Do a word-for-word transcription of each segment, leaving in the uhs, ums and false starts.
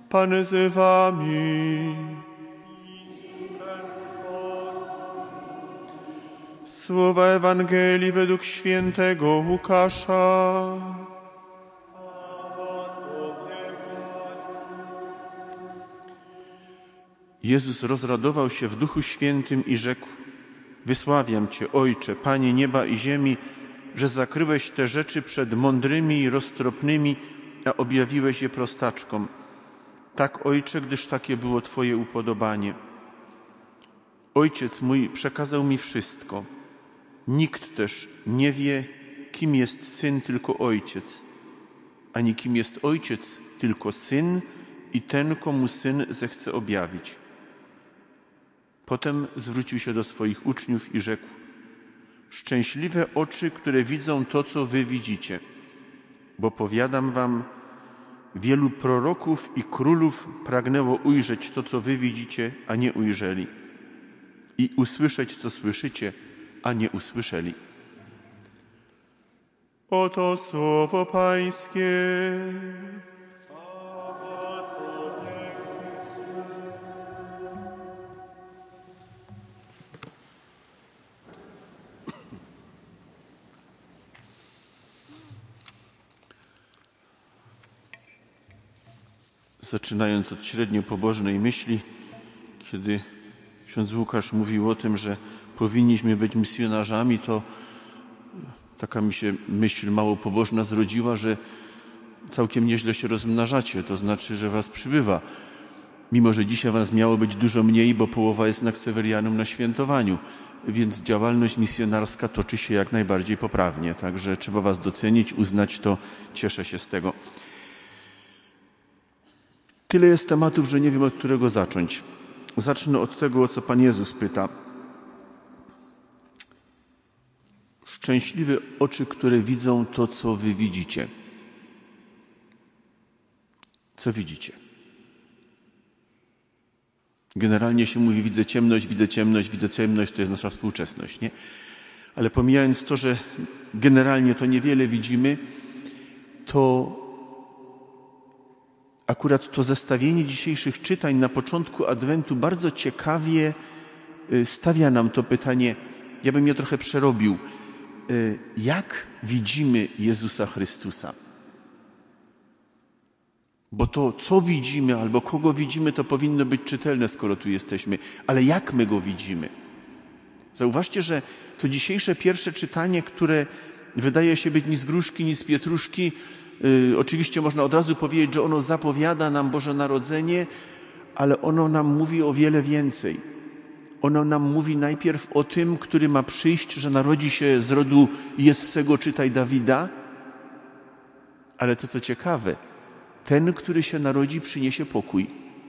Pan z wami. Słowa Ewangelii według świętego Łukasza. Jezus rozradował się w Duchu Świętym i rzekł: Wysławiam Cię, Ojcze, Panie nieba i ziemi, że zakryłeś te rzeczy przed mądrymi i roztropnymi, a objawiłeś je prostaczkom. Tak, Ojcze, gdyż takie było Twoje upodobanie. Ojciec mój przekazał mi wszystko. Nikt też nie wie, kim jest Syn, tylko Ojciec, ani kim jest Ojciec, tylko Syn i ten, komu Syn zechce objawić. Potem zwrócił się do swoich uczniów i rzekł: Szczęśliwe oczy, które widzą to, co wy widzicie, bo powiadam wam, wielu proroków i królów pragnęło ujrzeć to, co wy widzicie, a nie ujrzeli, i usłyszeć, co słyszycie, a nie usłyszeli. Oto słowo Pańskie. Zaczynając od średnio pobożnej myśli, kiedy ksiądz Łukasz mówił o tym, że powinniśmy być misjonarzami, to taka mi się myśl mało pobożna zrodziła, że całkiem nieźle się rozmnażacie, to znaczy, że was przybywa. Mimo że dzisiaj was miało być dużo mniej, bo połowa jest na Ksewerianum na świętowaniu, więc działalność misjonarska toczy się jak najbardziej poprawnie. Także trzeba was docenić, uznać to, cieszę się z tego. Tyle jest tematów, że nie wiem, od którego zacząć. Zacznę od tego, o co Pan Jezus pyta. Szczęśliwe oczy, które widzą to, co wy widzicie. Co widzicie? Generalnie się mówi, widzę ciemność, widzę ciemność, widzę ciemność, to jest nasza współczesność, nie? Ale pomijając to, że generalnie to niewiele widzimy, to akurat to zestawienie dzisiejszych czytań na początku Adwentu bardzo ciekawie stawia nam to pytanie, ja bym je trochę przerobił. Jak widzimy Jezusa Chrystusa? Bo to, co widzimy albo kogo widzimy, to powinno być czytelne, skoro tu jesteśmy. Ale jak my Go widzimy? Zauważcie, że to dzisiejsze pierwsze czytanie, które wydaje się być ni z gruszki, ni z pietruszki, Yy, oczywiście można od razu powiedzieć, że ono zapowiada nam Boże Narodzenie, ale ono nam mówi o wiele więcej. Ono nam mówi najpierw o tym, który ma przyjść, że narodzi się z rodu Jessego, czytaj Dawida, ale to, co ciekawe, ten, który się narodzi, przyniesie pokój.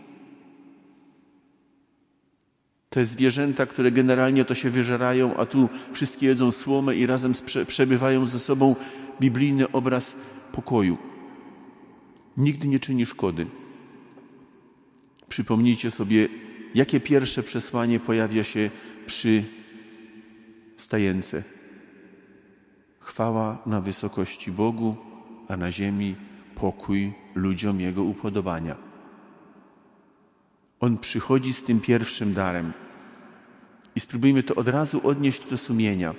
Te zwierzęta, które generalnie to się wyżerają, a tu wszystkie jedzą słomę i razem przebywają ze sobą, biblijny obraz pokoju. Nigdy nie czyni szkody. Przypomnijcie sobie, jakie pierwsze przesłanie pojawia się przy stajence. Chwała na wysokości Bogu, a na ziemi pokój ludziom Jego upodobania. On przychodzi z tym pierwszym darem. I spróbujmy to od razu odnieść do sumienia.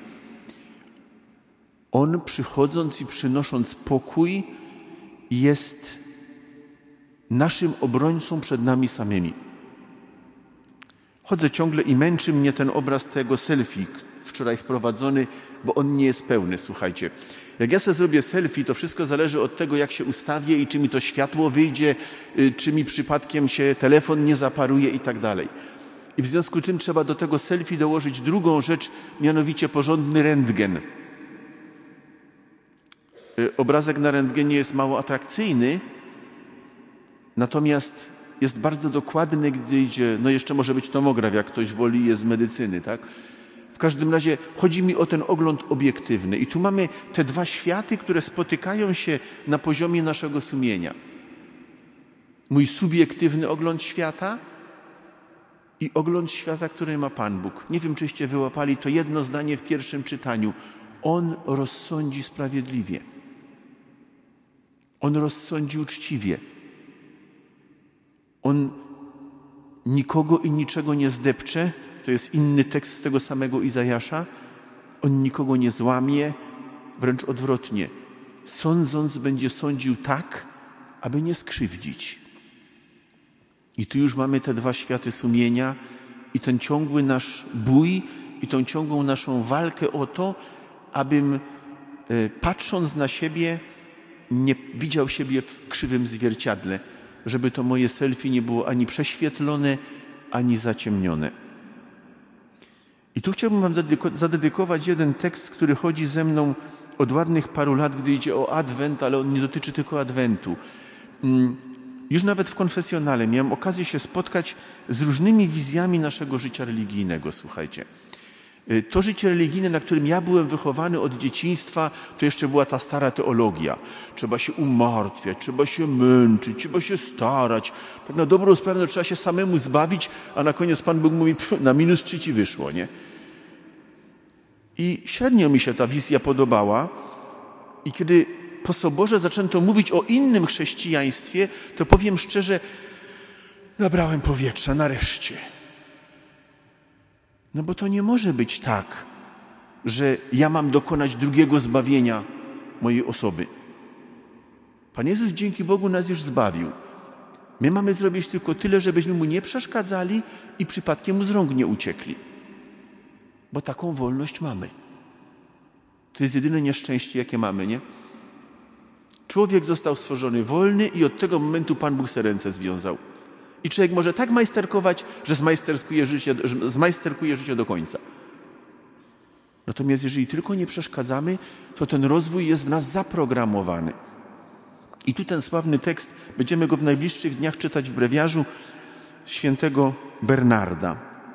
On, przychodząc i przynosząc pokój, jest naszym obrońcą przed nami samymi. Chodzę ciągle i męczy mnie ten obraz tego selfie, wczoraj wprowadzony, bo on nie jest pełny, słuchajcie. Jak ja sobie zrobię selfie, to wszystko zależy od tego, jak się ustawię i czy mi to światło wyjdzie, czy mi przypadkiem się telefon nie zaparuje i tak dalej. I w związku z tym trzeba do tego selfie dołożyć drugą rzecz, mianowicie porządny rentgen. Obrazek na rentgenie jest mało atrakcyjny, natomiast jest bardzo dokładny, gdy idzie, no jeszcze może być tomograf, jak ktoś woli, jest z medycyny, tak? W każdym razie chodzi mi o ten ogląd obiektywny. I tu mamy te dwa światy, które spotykają się na poziomie naszego sumienia. Mój subiektywny ogląd świata i ogląd świata, który ma Pan Bóg. Nie wiem, czyście wyłapali to jedno zdanie w pierwszym czytaniu. On rozsądzi sprawiedliwie. On rozsądzi uczciwie. On nikogo i niczego nie zdepcze. To jest inny tekst z tego samego Izajasza. On nikogo nie złamie, wręcz odwrotnie. Sądząc, będzie sądził tak, aby nie skrzywdzić. I tu już mamy te dwa światy sumienia i ten ciągły nasz bój i tą ciągłą naszą walkę o to, abym patrząc na siebie nie widział siebie w krzywym zwierciadle, żeby to moje selfie nie było ani prześwietlone, ani zaciemnione. I tu chciałbym wam zadedykować jeden tekst, który chodzi ze mną od ładnych paru lat, gdy idzie o Adwent, ale on nie dotyczy tylko Adwentu. Już nawet w konfesjonale miałem okazję się spotkać z różnymi wizjami naszego życia religijnego, słuchajcie. To życie religijne, na którym ja byłem wychowany od dzieciństwa, to jeszcze była ta stara teologia. Trzeba się umartwiać, trzeba się męczyć, trzeba się starać. Tak na dobrą sprawę trzeba się samemu zbawić, a na koniec Pan Bóg mówi, pff, na minus trzy ci wyszło, nie? I średnio mi się ta wizja podobała. I kiedy po soborze zaczęto mówić o innym chrześcijaństwie, to powiem szczerze, nabrałem powietrza, nareszcie. No bo to nie może być tak, że ja mam dokonać drugiego zbawienia mojej osoby. Pan Jezus dzięki Bogu nas już zbawił. My mamy zrobić tylko tyle, żebyśmy Mu nie przeszkadzali i przypadkiem Mu z rąk nie uciekli. Bo taką wolność mamy. To jest jedyne nieszczęście, jakie mamy, nie? Człowiek został stworzony wolny i od tego momentu Pan Bóg se ręce związał. I człowiek może tak majsterkować, że zmajsterkuje życie, że zmajsterkuje życie do końca. Natomiast jeżeli tylko nie przeszkadzamy, to ten rozwój jest w nas zaprogramowany. I tu ten sławny tekst, będziemy go w najbliższych dniach czytać w brewiarzu świętego Bernarda.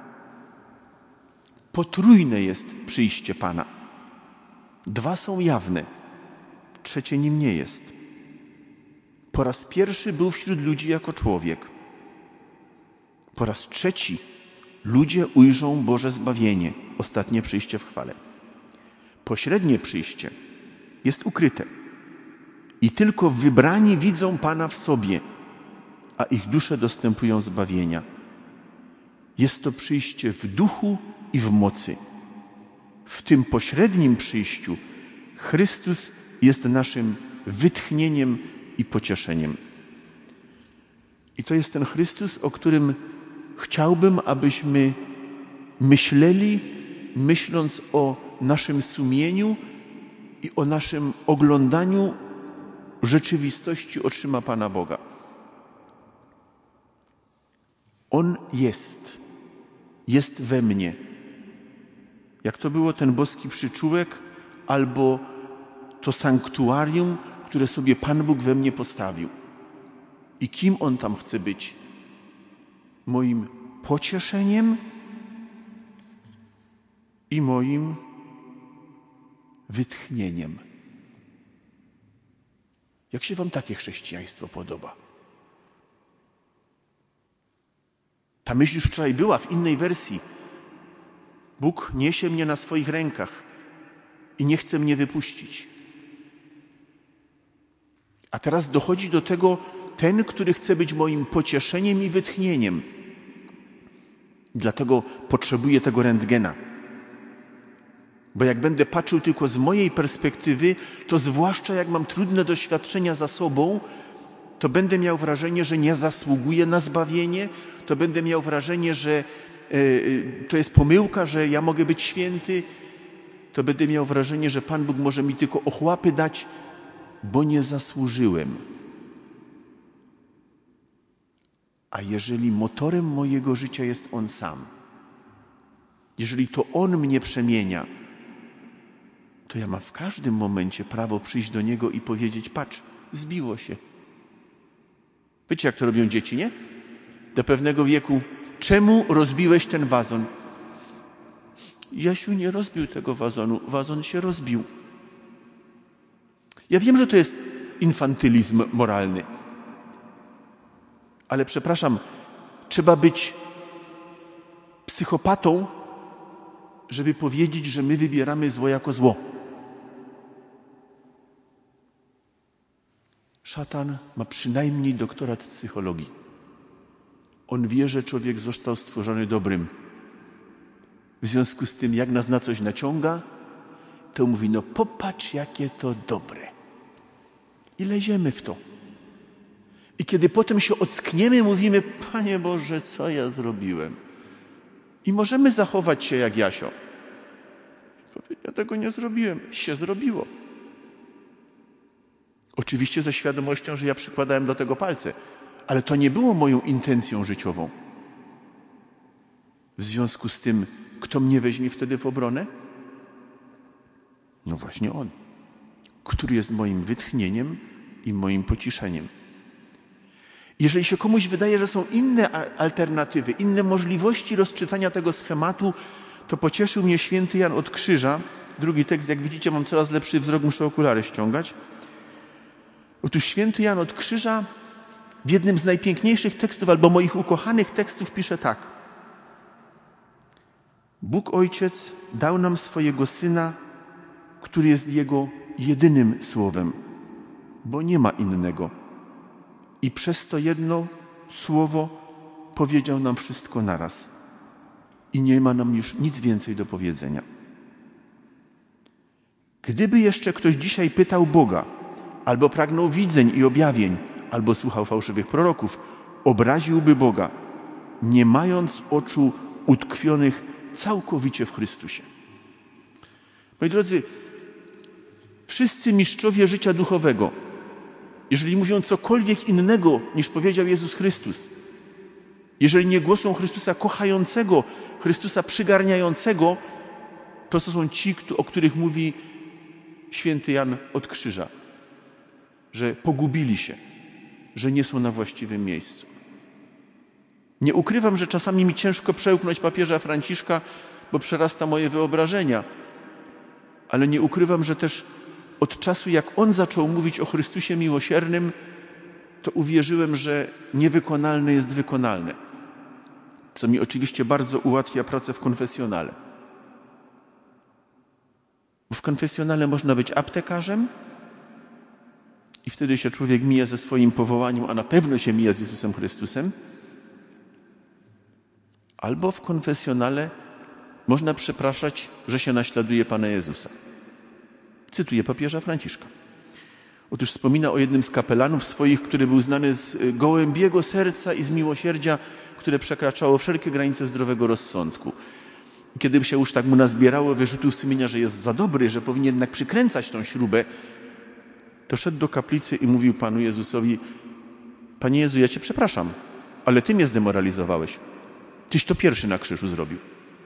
Potrójne jest przyjście Pana. Dwa są jawne, trzecie nim nie jest. Po raz pierwszy był wśród ludzi jako człowiek. Po raz trzeci ludzie ujrzą Boże zbawienie, ostatnie przyjście w chwale. Pośrednie przyjście jest ukryte i tylko wybrani widzą Pana w sobie, a ich dusze dostępują zbawienia. Jest to przyjście w duchu i w mocy. W tym pośrednim przyjściu Chrystus jest naszym wytchnieniem i pocieszeniem. I to jest ten Chrystus, o którym chciałbym, abyśmy myśleli, myśląc o naszym sumieniu i o naszym oglądaniu rzeczywistości oczyma Pana Boga. On jest, jest we mnie. Jak to było ten boski przyczółek albo to sanktuarium, które sobie Pan Bóg we mnie postawił. I kim On tam chce być? Moim pocieszeniem i moim wytchnieniem. Jak się wam takie chrześcijaństwo podoba? Ta myśl już wczoraj była w innej wersji. Bóg niesie mnie na swoich rękach i nie chce mnie wypuścić. A teraz dochodzi do tego ten, który chce być moim pocieszeniem i wytchnieniem. Dlatego potrzebuję tego rentgena. Bo jak będę patrzył tylko z mojej perspektywy, to zwłaszcza jak mam trudne doświadczenia za sobą, to będę miał wrażenie, że nie zasługuję na zbawienie, to będę miał wrażenie, że y, to jest pomyłka, że ja mogę być święty, to będę miał wrażenie, że Pan Bóg może mi tylko ochłapy dać, bo nie zasłużyłem. A jeżeli motorem mojego życia jest On sam, jeżeli to On mnie przemienia, to ja mam w każdym momencie prawo przyjść do Niego i powiedzieć, patrz, zbiło się. Wiecie, jak to robią dzieci, nie? Do pewnego wieku, czemu rozbiłeś ten wazon? Jasiu nie rozbił tego wazonu, wazon się rozbił. Ja wiem, że to jest infantylizm moralny. Ale przepraszam, trzeba być psychopatą, żeby powiedzieć, że my wybieramy zło jako zło. Szatan ma przynajmniej doktorat z psychologii. On wie, że człowiek został stworzony dobrym. W związku z tym, jak nas na coś naciąga, to mówi, no popatrz, jakie to dobre. I leziemy w to. I kiedy potem się ockniemy, mówimy, Panie Boże, co ja zrobiłem? I możemy zachować się jak Jasio. Ja tego nie zrobiłem. Się zrobiło. Oczywiście ze świadomością, że ja przykładałem do tego palce. Ale to nie było moją intencją życiową. W związku z tym, kto mnie weźmie wtedy w obronę? No właśnie On, który jest moim wytchnieniem i moim pociszeniem. Jeżeli się komuś wydaje, że są inne alternatywy, inne możliwości rozczytania tego schematu, to pocieszył mnie święty Jan od Krzyża. Drugi tekst, jak widzicie, mam coraz lepszy wzrok, muszę okulary ściągać. Otóż święty Jan od Krzyża w jednym z najpiękniejszych tekstów, albo moich ukochanych tekstów pisze tak. Bóg Ojciec dał nam swojego Syna, który jest Jego jedynym Słowem, bo nie ma innego. I przez to jedno Słowo powiedział nam wszystko naraz. I nie ma nam już nic więcej do powiedzenia. Gdyby jeszcze ktoś dzisiaj pytał Boga, albo pragnął widzeń i objawień, albo słuchał fałszywych proroków, obraziłby Boga, nie mając oczu utkwionych całkowicie w Chrystusie. Moi drodzy, wszyscy mistrzowie życia duchowego, jeżeli mówią cokolwiek innego, niż powiedział Jezus Chrystus, jeżeli nie głosą Chrystusa kochającego, Chrystusa przygarniającego, to to są ci, o których mówi święty Jan od Krzyża, że pogubili się, że nie są na właściwym miejscu. Nie ukrywam, że czasami mi ciężko przełknąć papieża Franciszka, bo przerasta moje wyobrażenia, ale nie ukrywam, że też od czasu, jak on zaczął mówić o Chrystusie miłosiernym, to uwierzyłem, że niewykonalne jest wykonalne, co mi oczywiście bardzo ułatwia pracę w konfesjonale. W konfesjonale można być aptekarzem i wtedy się człowiek mija ze swoim powołaniem, a na pewno się mija z Jezusem Chrystusem. Albo w konfesjonale można przepraszać, że się naśladuje Pana Jezusa. Cytuję papieża Franciszka. Otóż wspomina o jednym z kapelanów swoich, który był znany z gołębiego serca i z miłosierdzia, które przekraczało wszelkie granice zdrowego rozsądku. Kiedy się już tak mu nazbierało wyrzutów sumienia, że jest za dobry, że powinien jednak przykręcać tą śrubę, to szedł do kaplicy i mówił Panu Jezusowi: Panie Jezu, ja Cię przepraszam, ale Ty mnie zdemoralizowałeś. Tyś to pierwszy na krzyżu zrobił.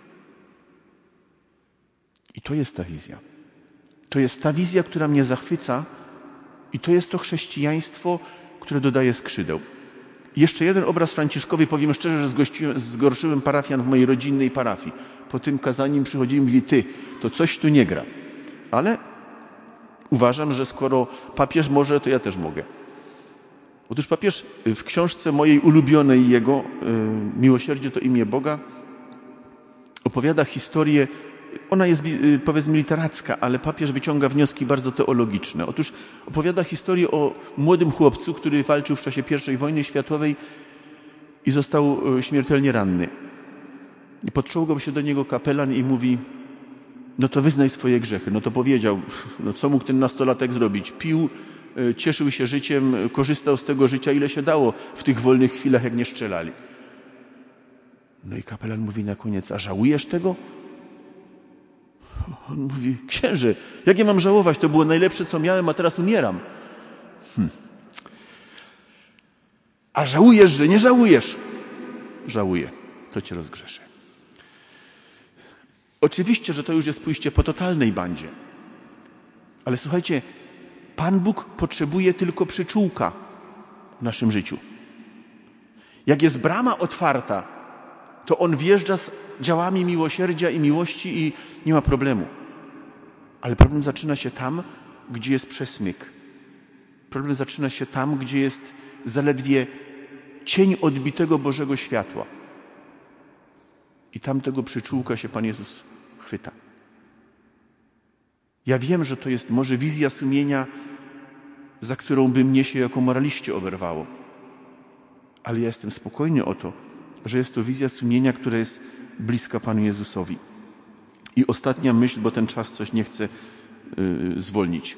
I to jest ta wizja. To jest ta wizja, która mnie zachwyca i to jest to chrześcijaństwo, które dodaje skrzydeł. I jeszcze jeden obraz franciszkowy, powiem szczerze, że zgościłem, zgorszyłem parafian w mojej rodzinnej parafii. Po tym kazaniu przychodzili i mówili: ty, to coś tu nie gra. Ale uważam, że skoro papież może, to ja też mogę. Otóż papież w książce mojej ulubionej jego, Miłosierdzie to imię Boga, opowiada historię, ona jest powiedzmy literacka, ale papież wyciąga wnioski bardzo teologiczne. Otóż opowiada historię o młodym chłopcu, który walczył w czasie pierwszej wojny światowej i został śmiertelnie ranny. I podczołgał się do niego kapelan i mówi: no to wyznaj swoje grzechy. No to powiedział, no co mógł ten nastolatek zrobić? Pił, cieszył się życiem, korzystał z tego życia, ile się dało w tych wolnych chwilach, jak nie strzelali. No i kapelan mówi na koniec: a żałujesz tego? On mówi: księże, jak ja mam żałować? To było najlepsze, co miałem, a teraz umieram. Hm. A żałujesz, że nie żałujesz? Żałuję, to cię rozgrzeszę. Oczywiście, że to już jest pójście po totalnej bandzie. Ale słuchajcie, Pan Bóg potrzebuje tylko przyczółka w naszym życiu. Jak jest brama otwarta, to On wjeżdża z działami miłosierdzia i miłości i nie ma problemu. Ale problem zaczyna się tam, gdzie jest przesmyk. Problem zaczyna się tam, gdzie jest zaledwie cień odbitego Bożego światła. I tam tego przyczółka się Pan Jezus chwyta. Ja wiem, że to jest może wizja sumienia, za którą by mnie się jako moraliście oberwało. Ale ja jestem spokojny o to, że jest to wizja sumienia, która jest bliska Panu Jezusowi. I ostatnia myśl, bo ten czas coś nie chce yy, zwolnić.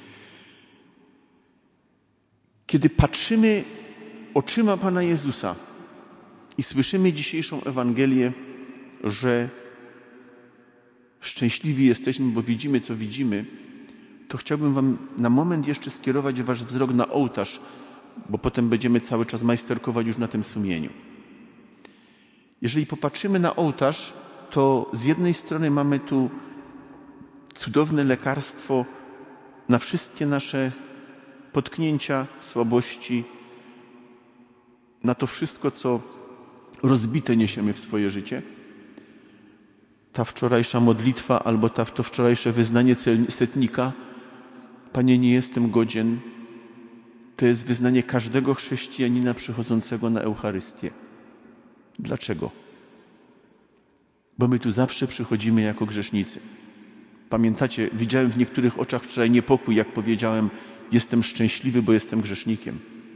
Kiedy patrzymy oczyma Pana Jezusa i słyszymy dzisiejszą Ewangelię, że szczęśliwi jesteśmy, bo widzimy, co widzimy, to chciałbym wam na moment jeszcze skierować wasz wzrok na ołtarz, bo potem będziemy cały czas majsterkować już na tym sumieniu. Jeżeli popatrzymy na ołtarz, to z jednej strony mamy tu cudowne lekarstwo na wszystkie nasze potknięcia, słabości, na to wszystko, co rozbite niesiemy w swoje życie. Ta wczorajsza modlitwa albo ta, to wczorajsze wyznanie setnika, Panie, nie jestem godzien, to jest wyznanie każdego chrześcijanina przychodzącego na Eucharystię. Dlaczego? Bo my tu zawsze przychodzimy jako grzesznicy. Pamiętacie, widziałem w niektórych oczach wczoraj niepokój, jak powiedziałem, jestem szczęśliwy, bo jestem grzesznikiem.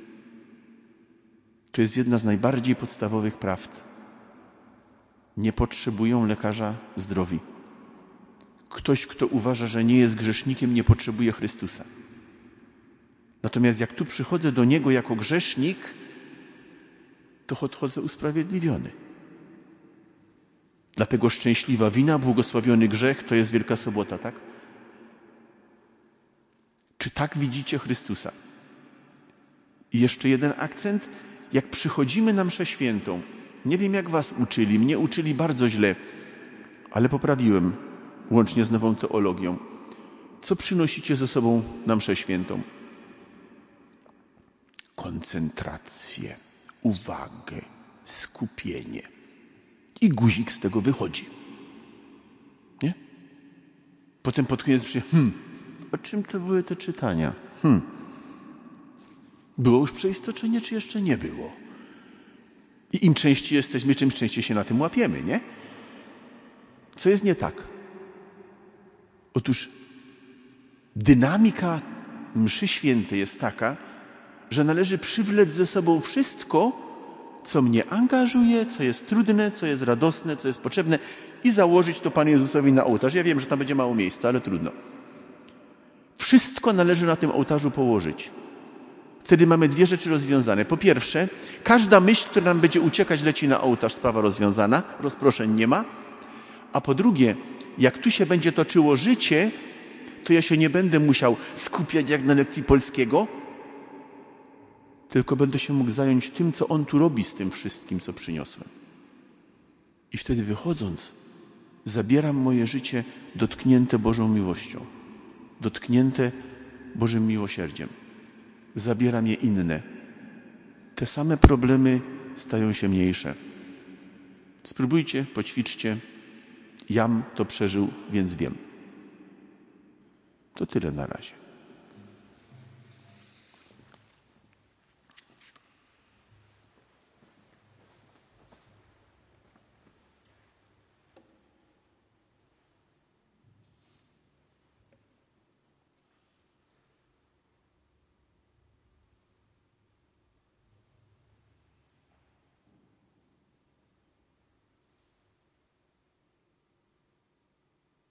To jest jedna z najbardziej podstawowych prawd. Nie potrzebują lekarza zdrowi. Ktoś, kto uważa, że nie jest grzesznikiem, nie potrzebuje Chrystusa. Natomiast jak tu przychodzę do Niego jako grzesznik, to odchodzę usprawiedliwiony. Dlatego szczęśliwa wina, błogosławiony grzech to jest Wielka Sobota, tak? Czy tak widzicie Chrystusa? I jeszcze jeden akcent. Jak przychodzimy na mszę świętą, nie wiem jak was uczyli, mnie uczyli bardzo źle, ale poprawiłem, łącznie z nową teologią. Co przynosicie ze sobą na mszę świętą? Koncentrację, uwagę, skupienie. I guzik z tego wychodzi. Nie? Potem pod koniec przyjdzie, hmm, o czym to były te czytania? Hmm. Było już przeistoczenie, czy jeszcze nie było? I im częściej jesteśmy, czym częściej się na tym łapiemy, nie? Co jest nie tak? Otóż dynamika mszy świętej jest taka, że należy przywlec ze sobą wszystko, co mnie angażuje, co jest trudne, co jest radosne, co jest potrzebne i założyć to Panu Jezusowi na ołtarz. Ja wiem, że tam będzie mało miejsca, ale trudno. Wszystko należy na tym ołtarzu położyć. Wtedy mamy dwie rzeczy rozwiązane. Po pierwsze, każda myśl, która nam będzie uciekać, leci na ołtarz, sprawa rozwiązana, rozproszeń nie ma. A po drugie, jak tu się będzie toczyło życie, to ja się nie będę musiał skupiać jak na lekcji polskiego, tylko będę się mógł zająć tym, co On tu robi z tym wszystkim, co przyniosłem. I wtedy wychodząc, zabieram moje życie dotknięte Bożą miłością, dotknięte Bożym miłosierdziem. Zabieram je inne. Te same problemy stają się mniejsze. Spróbujcie, poćwiczcie. Jam to przeżył, więc wiem. To tyle na razie.